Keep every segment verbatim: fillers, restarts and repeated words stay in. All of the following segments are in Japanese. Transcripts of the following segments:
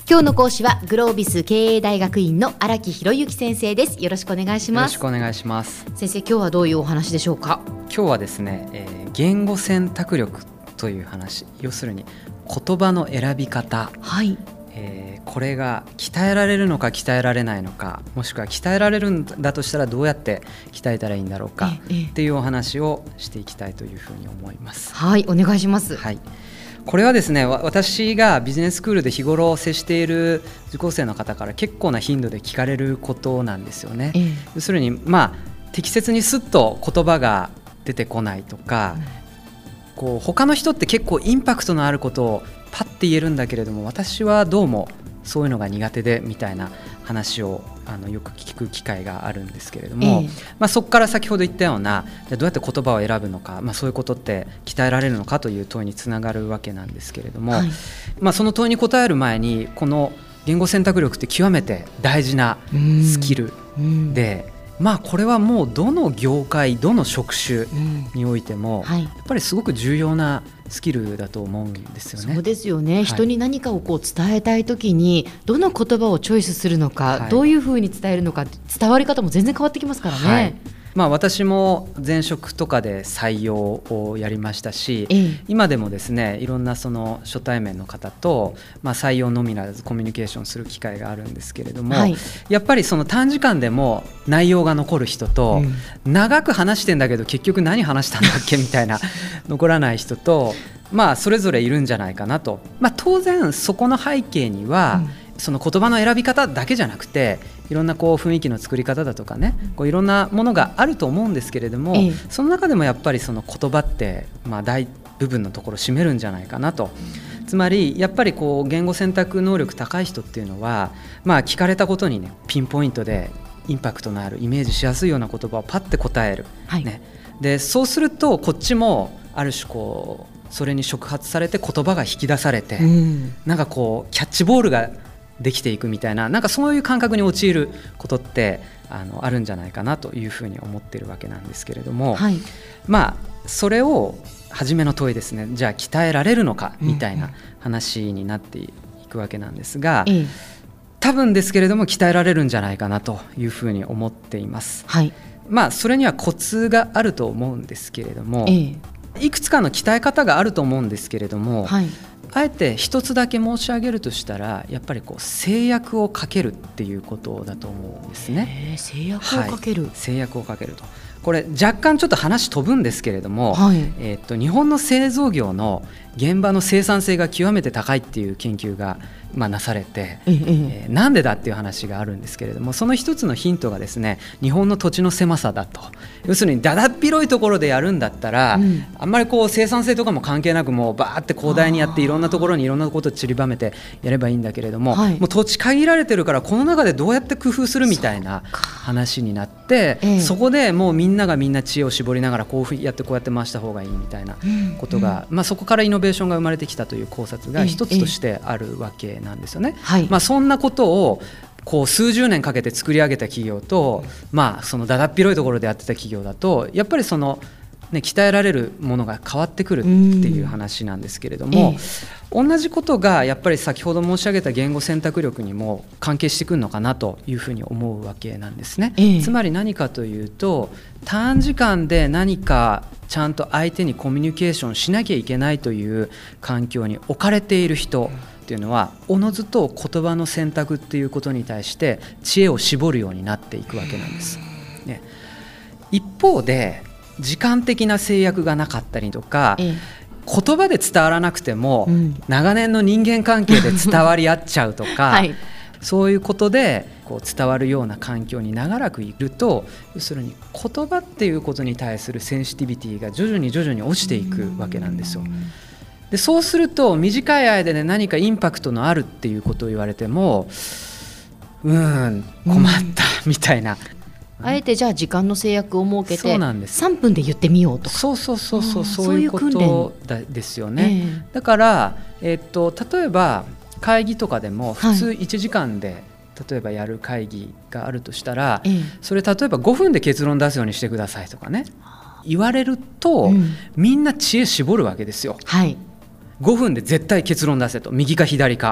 今日の講師はグロービス経営大学院の荒木博之先生です。よろしくお願いします。 よろしくお願いします。 先生、今日はどういうお話でしょうか？ 今日はですね、えー、言語選択力という話、要するに言葉の選び方、 はい、 えー、これが鍛えられるのか鍛えられないのか、もしくは鍛えられるんだとしたらどうやって鍛えたらいいんだろうかっていうお話をしていきたいというふうに思います。 はい、お願いします。 はい、これはですね、私がビジネススクールで日頃接している受講生の方から結構な頻度で聞かれることなんですよね。えー、要するに、まあ、適切にスッと言葉が出てこないとか、うん、こう他の人って結構インパクトのあることをパッて言えるんだけれども、私はどうもそういうのが苦手でみたいな話をあのよく聞く機会があるんですけれども、えーまあ、そこから先ほど言ったような、じゃあどうやって言葉を選ぶのか、まあ、そういうことって鍛えられるのかという問いにつながるわけなんですけれども、はい、まあ、その問いに答える前に、この言語選択力って極めて大事なスキルで、まあ、これはもうどの業界どの職種においてもやっぱりすごく重要なスキルだと思うんですよね。 そうですよね、はい、人に何かをこう伝えたいときにどの言葉をチョイスするのか、はい、どういうふうに伝えるのか、伝わり方も全然変わってきますからね。はい、 まあ、私も前職とかで採用をやりましたし、ええ、今でもですね、いろんなその初対面の方と、まあ、採用のみならずコミュニケーションする機会があるんですけれども、はい、やっぱりその短時間でも内容が残る人と、うん、長く話してんだけど結局何話したんだっけみたいな残らない人と、まあ、それぞれいるんじゃないかなと。まあ、当然そこの背景には、うん、その言葉の選び方だけじゃなくて、いろんなこう雰囲気の作り方だとかね、こういろんなものがあると思うんですけれども、ええ、その中でもやっぱりその言葉ってまあ大部分のところを占めるんじゃないかなと。つまりやっぱりこう言語選択能力高い人っていうのは、まあ聞かれたことにね、ピンポイントでインパクトのあるイメージしやすいような言葉をパッて答える、はい、ね、でそうするとこっちもある種こうそれに触発されて言葉が引き出されて、うん、なんかこうキャッチボールができていくみたいな、なんかそういう感覚に陥ることってあのあるんじゃないかなというふうに思っているわけなんですけれども、はい、まあそれを初めの問いですね、じゃあ鍛えられるのかみたいな話になっていくわけなんですが、うんうん、多分ですけれども鍛えられるんじゃないかなというふうに思っています。はい、まあそれにはコツがあると思うんですけれども、ええ、いくつかの鍛え方があると思うんですけれども、はい、あえて一つだけ申し上げるとしたら、やっぱりこう制約をかけるっていうことだと思うんですね。 制約をかける、はい、 制約をかけると、これ若干ちょっと話飛ぶんですけれども、はい、えー、っと日本の製造業の現場の生産性が極めて高いっていう研究がまあなされて、えええー、なんでだっていう話があるんですけれども、その一つのヒントがですね、日本の土地の狭さだと。要するにだだっ広いところでやるんだったら、うん、あんまりこう生産性とかも関係なく、もうバーって広大にやっていろんなところにいろんなことを散りばめてやればいいんだけれども、はい、もう土地限られてるから、この中でどうやって工夫するみたいな話になって、ええ、そこでもうみんながみんな知恵を絞りながらこうやってこうやって回した方がいいみたいなことが、うん、まあ、そこからイノベーションが生まれてきたという考察が一つとしてあるわけなんですよね。はい、まあ、そんなことをこう数十年かけて作り上げた企業と、まあ、そのだだっ広いところでやってた企業だと、やっぱりその、ね、鍛えられるものが変わってくるっていう話なんですけれども、ええ、同じことがやっぱり先ほど申し上げた言語選択力にも関係してくるのかなというふうに思うわけなんですね。ええ、つまり何かというと、短時間で何かちゃんと相手にコミュニケーションしなきゃいけないという環境に置かれている人っていうのは、おのずと言葉の選択っていうことに対して知恵を絞るようになっていくわけなんです、ね、一方で時間的な制約がなかったりとか、ええ、言葉で伝わらなくても、うん、長年の人間関係で伝わり合っちゃうとか、はい、そういうことでこう伝わるような環境に長らくいると、要するに言葉っていうことに対するセンシティビティが徐々に徐々に落ちていくわけなんですよ。でそうすると短い間で何かインパクトのあるっていうことを言われても、うーん困ったみたいな、 あえてじゃあ時間の制約を設けてさんぷんで言ってみようとか、 そうそうそうそう、そういうことだですよね。えー、だから、えー、っと例えば会議とかでも普通いちじかんで、はい、例えばやる会議があるとしたら、えー、それ例えばごふんで結論出すようにしてくださいとかね言われると、うん、みんな知恵絞るわけですよ。はい、ごふんで絶対結論出せと、右か左か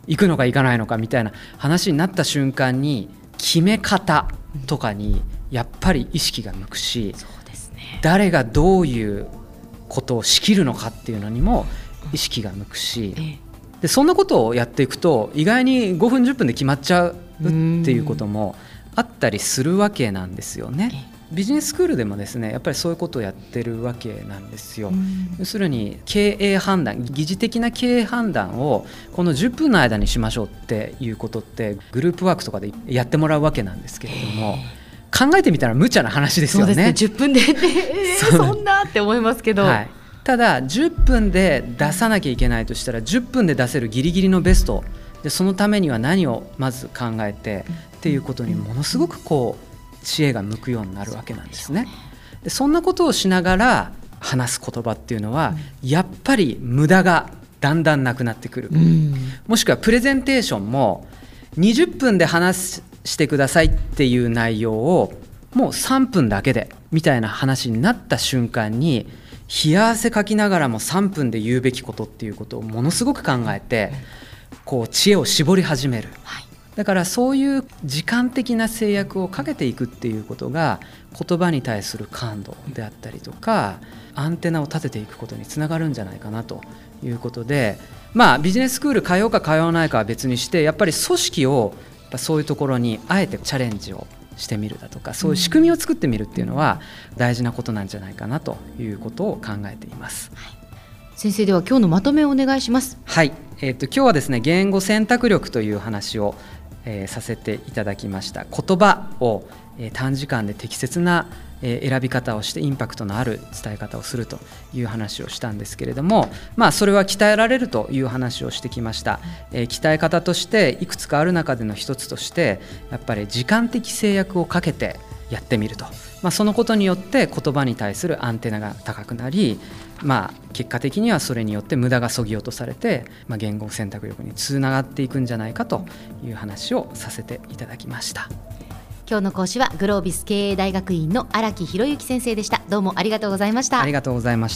行くのか行かないのかみたいな話になった瞬間に決め方とかにやっぱり意識が向くし、 そうですね、 誰がどういうことを仕切るのかっていうのにも意識が向くし、でそんなことをやっていくと意外にごふんじゅっぷんで決まっちゃうっていうこともあったりするわけなんですよね。ビジネススクールでもですねやっぱりそういうことをやってるわけなんですよ。要するに経営判断、疑似的な経営判断をこのじゅっぷんの間にしましょうっていうことってグループワークとかでやってもらうわけなんですけれども、考えてみたら無茶な話ですよね。 そうですね、じゅっぷんで、えー、そんなって思いますけど、 はい、ただじゅっぷんで出さなきゃいけないとしたらじゅっぷんで出せるギリギリのベストで、そのためには何をまず考えてっていうことにものすごくこう知恵が向くようになるわけなんですね。でそんなことをしながら話す言葉っていうのは、うん、やっぱり無駄がだんだんなくなってくる、うん、もしくはプレゼンテーションもにじゅっぷんで話してくださいっていう内容をもうさんぷんだけでみたいな話になった瞬間に、冷や汗かきながらもさんぷんで言うべきことっていうことをものすごく考えてこう知恵を絞り始める、はい、だからそういう時間的な制約をかけていくっていうことが言葉に対する感度であったりとかアンテナを立てていくことにつながるんじゃないかなということで、まあビジネススクール通うか通わないかは別にして、やっぱり組織をやっぱそういうところにあえてチャレンジをしてみるだとか、そういう仕組みを作ってみるっていうのは大事なことなんじゃないかなということを考えています。 はい、先生、では今日のまとめをお願いします。 はい、えーと、今日はですね言語選択力という話をえー、させていただきました。言葉を、えー、短時間で適切な、えー、選び方をしてインパクトのある伝え方をするという話をしたんですけれども、まあ、それは鍛えられるという話をしてきました。えー、鍛え方としていくつかある中での一つとしてやっぱり時間的制約をかけてやってみると、まあ、そのことによって言葉に対するアンテナが高くなり、まあ、結果的にはそれによって無駄が削ぎ落とされて、まあ、言語選択力につながっていくんじゃないかという話をさせていただきました。 今日の講師はグロービス経営大学院の荒木博之先生でした。どうもありがとうございました。 ありがとうございました。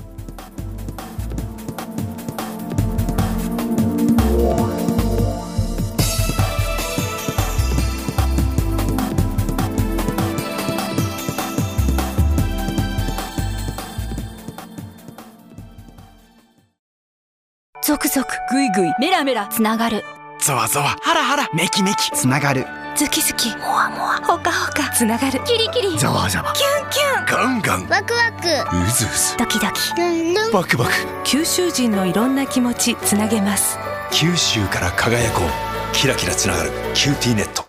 ゾクゾクグイグイメラメラつながる、 ゾワゾワハラハラメキメキつながる、 ズキズキモワモワホカホカつながる、キリキリザワザワキュンキュンガンガンワクワクウズウズドキドキルンルンバクバク、 九州人のいろんな気持ちつなげます。 九州から輝こう、キラキラつながるキューティーネット。